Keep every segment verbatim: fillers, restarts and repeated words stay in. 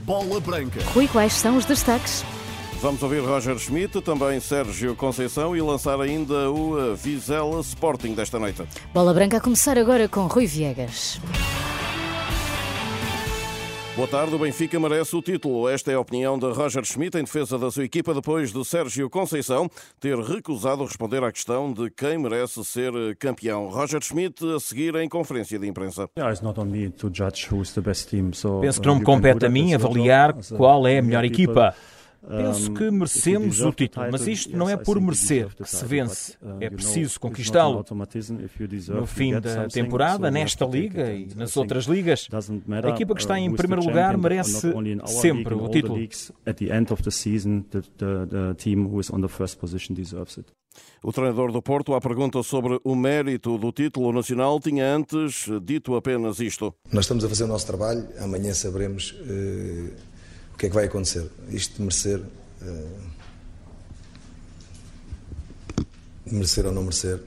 Bola Branca. Rui, quais são os destaques? Vamos ouvir Roger Schmidt, também Sérgio Conceição e lançar ainda o Vizela Sporting desta noite. Bola Branca a começar agora com Rui Viegas. Boa tarde, o Benfica merece o título. Esta é a opinião de Roger Schmidt em defesa da sua equipa depois de Sérgio Conceição ter recusado responder à questão de quem merece ser campeão. Roger Schmidt a seguir em conferência de imprensa. Penso que não me compete a mim avaliar qual é a melhor equipa. Penso que merecemos o título, mas isto não é por merecer que se vence, é preciso conquistá-lo. No fim da temporada, nesta liga e nas outras ligas, a equipa que está em primeiro lugar merece sempre o título. O treinador do Porto, à pergunta sobre o mérito do título nacional, tinha antes dito apenas isto. Nós estamos a fazer o nosso trabalho, amanhã saberemos uh, o que é que vai acontecer. Isto de merecer, uh, merecer ou não merecer,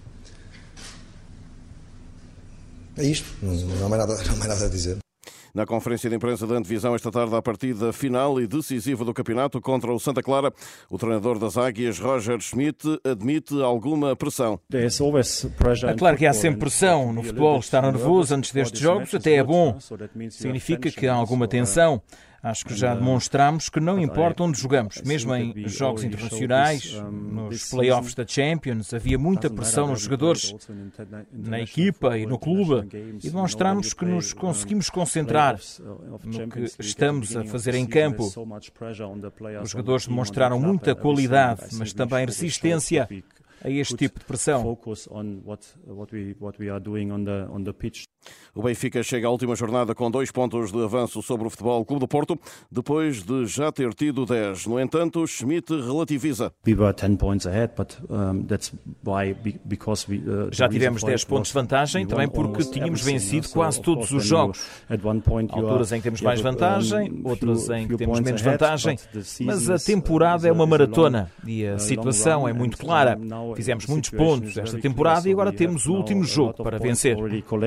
é isto, não, não, há mais nada, não há mais nada a dizer. Na conferência de imprensa da antevisão esta tarde à partida final e decisiva do campeonato contra o Santa Clara, o treinador das Águias, Roger Schmidt, admite alguma pressão. É claro que há sempre pressão. No futebol, estar nervoso antes destes jogos até é bom. Significa que há alguma tensão. Acho que já demonstramos que não importa onde jogamos, mesmo em jogos internacionais, nos play-offs da Champions, havia muita pressão nos jogadores, na equipa e no clube, e demonstramos que nos conseguimos concentrar no que estamos a fazer em campo. Os jogadores demonstraram muita qualidade, mas também resistência a este tipo de pressão. O Benfica chega à última jornada com dois pontos de avanço sobre o Futebol Clube do Porto, depois de já ter tido dez. No entanto, Schmidt relativiza. Já tivemos dez pontos de vantagem, também porque tínhamos vencido quase todos os jogos. Há alturas em que temos mais vantagem, outras em que temos menos vantagem, mas a temporada é uma maratona e a situação é muito clara. Fizemos muitos pontos esta temporada e agora temos o último jogo para vencer.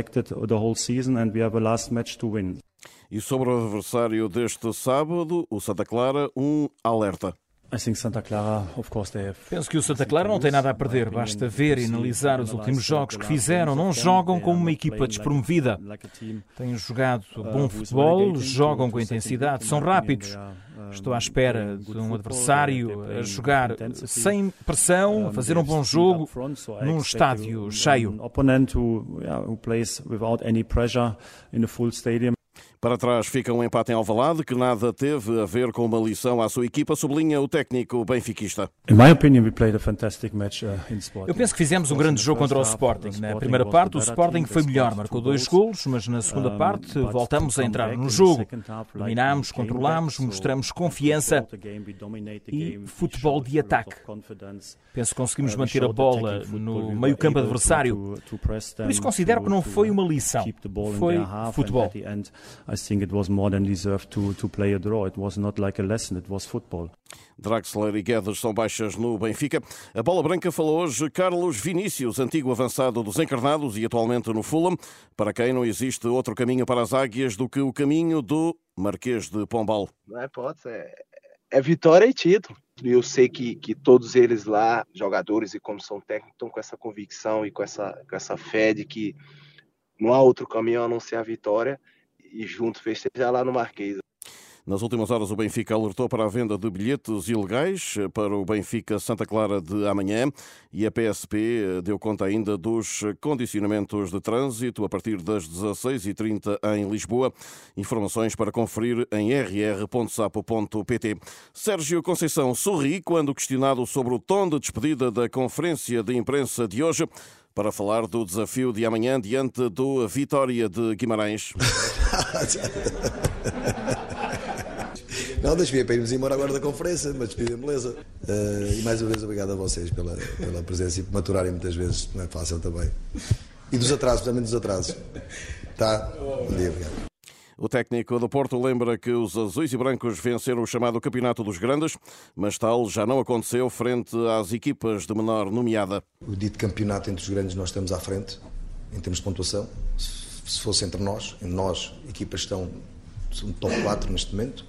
E sobre o adversário deste sábado, o Santa Clara, um alerta. Penso que o Santa Clara não tem nada a perder. Basta ver e analisar os últimos jogos que fizeram. Não jogam como uma equipa despromovida. Têm jogado bom futebol, jogam com intensidade, são rápidos. Estou à espera de um adversário a jogar sem pressão, a fazer um bom jogo, num estádio cheio. Para trás fica um empate em Alvalade, que nada teve a ver com uma lição à sua equipa, sublinha o técnico benfiquista. Eu penso que fizemos um grande jogo contra o Sporting. Na primeira parte, o Sporting foi melhor, marcou dois golos, mas na segunda parte voltamos a entrar no jogo. Dominámos, controlámos, mostramos confiança e futebol de ataque. Penso que conseguimos manter a bola no meio-campo adversário. Por isso considero que não foi uma lição, foi futebol. I think it was more than deserved to, to play a draw. It was not like a lesson, it was football. Draxler e Guedes são baixas no Benfica. A Bola Branca falou hoje Carlos Vinícius, antigo avançado dos Encarnados e atualmente no Fulham, para quem não existe outro caminho para as Águias do que o caminho do Marquês de Pombal. Não é hipótese, é, é vitória e título. E eu sei que, que todos eles lá, jogadores e comissão técnica, estão com essa convicção e com essa, com essa fé de que não há outro caminho a não ser a vitória e junto festejar lá no Marquês. Nas últimas horas, o Benfica alertou para a venda de bilhetes ilegais para o Benfica Santa Clara de amanhã e a P S P deu conta ainda dos condicionamentos de trânsito a partir das dezasseis e trinta em Lisboa. Informações para conferir em r r ponto sapo ponto p t. Sérgio Conceição sorri quando questionado sobre o tom de despedida da conferência de imprensa de hoje para falar do desafio de amanhã diante do Vitória de Guimarães. Não, deixe-me para irmos embora agora da conferência, mas despedida, beleza. Uh, e mais uma vez, obrigado a vocês pela, pela presença e por maturarem muitas vezes, não é fácil também. E dos atrasos, também dos atrasos. Tá? Bom dia, obrigado. O técnico do Porto lembra que os azuis e brancos venceram o chamado Campeonato dos Grandes, mas tal já não aconteceu frente às equipas de menor nomeada. O dito campeonato entre os grandes nós estamos à frente, em termos de pontuação. Se fosse entre nós, entre nós, equipas que estão um top quatro neste momento,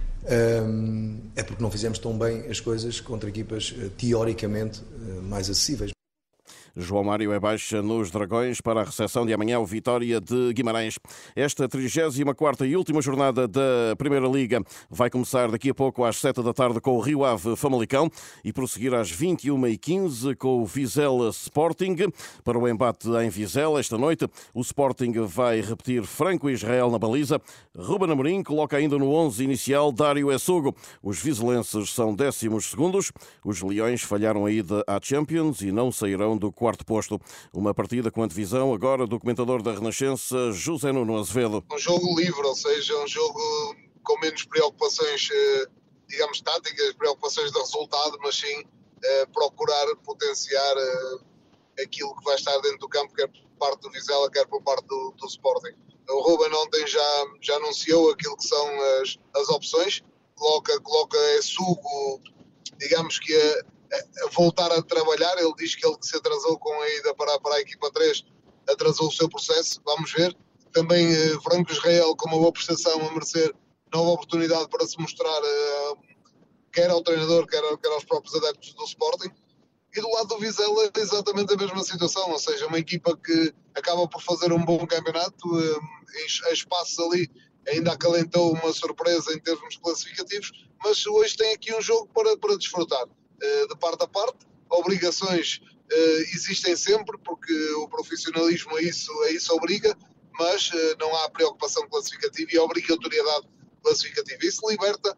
é porque não fizemos tão bem as coisas contra equipas teoricamente mais acessíveis. João Mário é baixa nos Dragões para a recepção de amanhã, o Vitória de Guimarães. Esta trigésima quarta e última jornada da Primeira Liga vai começar daqui a pouco às sete da tarde com o Rio Ave Famalicão e prosseguir às vinte e uma e quinze com o Vizela Sporting. Para o embate em Vizela esta noite, o Sporting vai repetir Franco Israel na baliza. Ruben Amorim coloca ainda no onze inicial Dário Essugo. Os vizelenses são décimos segundos. Os Leões falharam a ida à Champions e não sairão do quarto posto. Uma partida com a divisão agora do comentador da Renascença, José Nuno Azevedo. Um jogo livre, ou seja, um jogo com menos preocupações, digamos, táticas, preocupações de resultado, mas sim procurar potenciar aquilo que vai estar dentro do campo, quer por parte do Vizela, quer por parte do, do Sporting. O Ruben ontem já, já anunciou aquilo que são as, as opções, coloca, coloca Essugo, digamos que a a voltar a trabalhar. Ele diz que ele que se atrasou com a ida para, para a equipa três, atrasou o seu processo, vamos ver. Também eh, Franco Israel com uma boa prestação a merecer nova oportunidade para se mostrar eh, quer ao treinador, quer, quer aos próprios adeptos do Sporting. E do lado do Vizela é exatamente a mesma situação, ou seja, uma equipa que acaba por fazer um bom campeonato, eh, em espaços ali ainda acalentou uma surpresa em termos classificativos, mas hoje tem aqui um jogo para, para desfrutar. De parte a parte, obrigações uh, existem sempre, porque o profissionalismo a isso, a isso obriga, mas uh, não há preocupação classificativa e obrigatoriedade classificativa. Isso liberta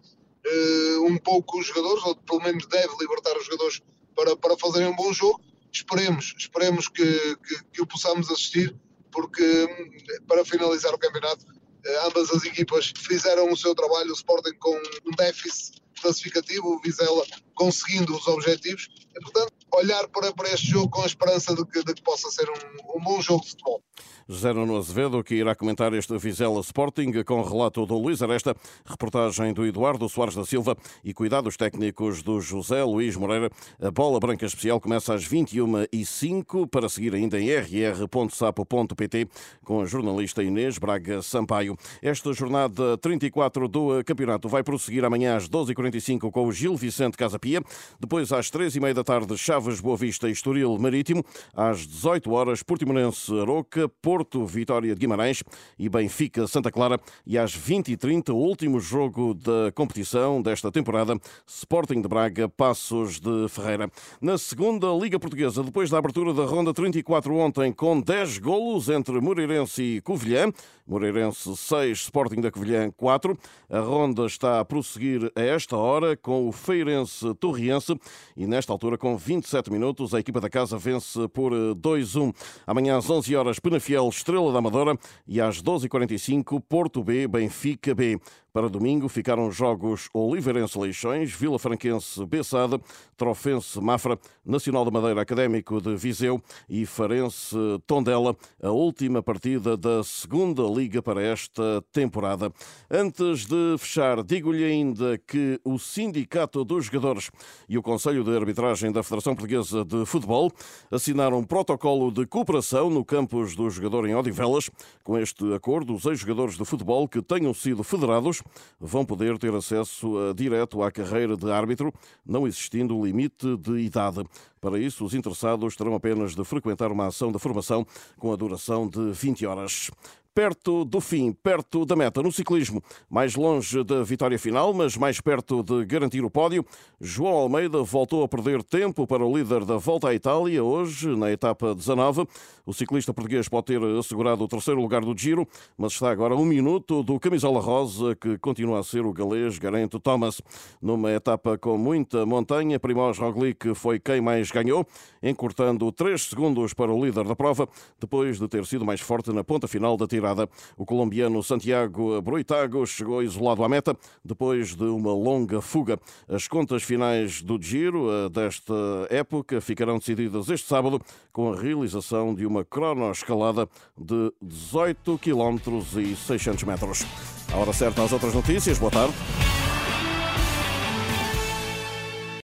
uh, um pouco os jogadores, ou pelo menos deve libertar os jogadores para, para fazerem um bom jogo. Esperemos, esperemos que, que, que o possamos assistir, porque para finalizar o campeonato, uh, ambas as equipas fizeram o seu trabalho, o Sporting com um déficit classificativo, o Vizela conseguindo os objetivos, e, portanto, olhar para, para este jogo com a esperança de que, de que possa ser um, um bom jogo de futebol. José Nuno Azevedo, que irá comentar este Vizela Sporting, com relato do Luís Aresta, reportagem do Eduardo Soares da Silva e cuidados técnicos do José Luís Moreira. A bola branca especial começa às vinte e uma e cinco, para seguir ainda em r r ponto sapo ponto p t com a jornalista Inês Braga Sampaio. Esta jornada trinta e quatro do campeonato vai prosseguir amanhã às doze e quarenta e cinco com o Gil Vicente Casa Pia. Depois, às três e meia da tarde, Chaves Boa Vista e Estoril Marítimo. Às dezoito horas, Portimonense Aroca, Porto Vitória de Guimarães e Benfica Santa Clara. E às vinte e trinta, o último jogo da competição desta temporada, Sporting de Braga, Passos de Ferreira. Na segunda Liga Portuguesa, depois da abertura da ronda trinta e quatro ontem, com dez golos entre Moreirense e Covilhã, Moreirense seis, Sporting da Covilhã quatro. A ronda está a prosseguir a esta hora com o Feirense Torriense e nesta altura, com vinte e sete minutos, a equipa da casa vence por dois a um. Amanhã às onze horas, Penafiel Estrela da Amadora e às doze e quarenta e cinco, Porto B, Benfica B. Para domingo ficaram jogos Oliveirense Leixões, Vila Franquense Bessada, Trofense Mafra, Nacional da Madeira Académico de Viseu e Farense Tondela, a última partida da segunda Liga para esta temporada. Antes de fechar, digo-lhe ainda que o Sindicato dos Jogadores e o Conselho de Arbitragem da Federação Portuguesa de Futebol assinaram um protocolo de cooperação no campus do jogador em Odivelas. Com este acordo, os ex-jogadores de futebol que tenham sido federados vão poder ter acesso a, direto à carreira de árbitro, não existindo limite de idade. Para isso, os interessados terão apenas de frequentar uma ação de formação com a duração de vinte horas. Perto do fim, perto da meta no ciclismo, mais longe da vitória final, mas mais perto de garantir o pódio, João Almeida voltou a perder tempo para o líder da Volta à Itália, hoje, na etapa dezanove. O ciclista português pode ter assegurado o terceiro lugar do Giro, mas está agora a um minuto do camisola rosa, que continua a ser o galês Geraint Thomas. Numa etapa com muita montanha, Primož Roglic foi quem mais ganhou, encurtando três segundos para o líder da prova, depois de ter sido mais forte na ponta final da tirada. O colombiano Santiago Bruitago chegou isolado à meta depois de uma longa fuga. As contas finais do Giro desta época ficarão decididas este sábado com a realização de uma cronoescalada de dezoito quilómetros e seiscentos metros. A hora certa às outras notícias. Boa tarde.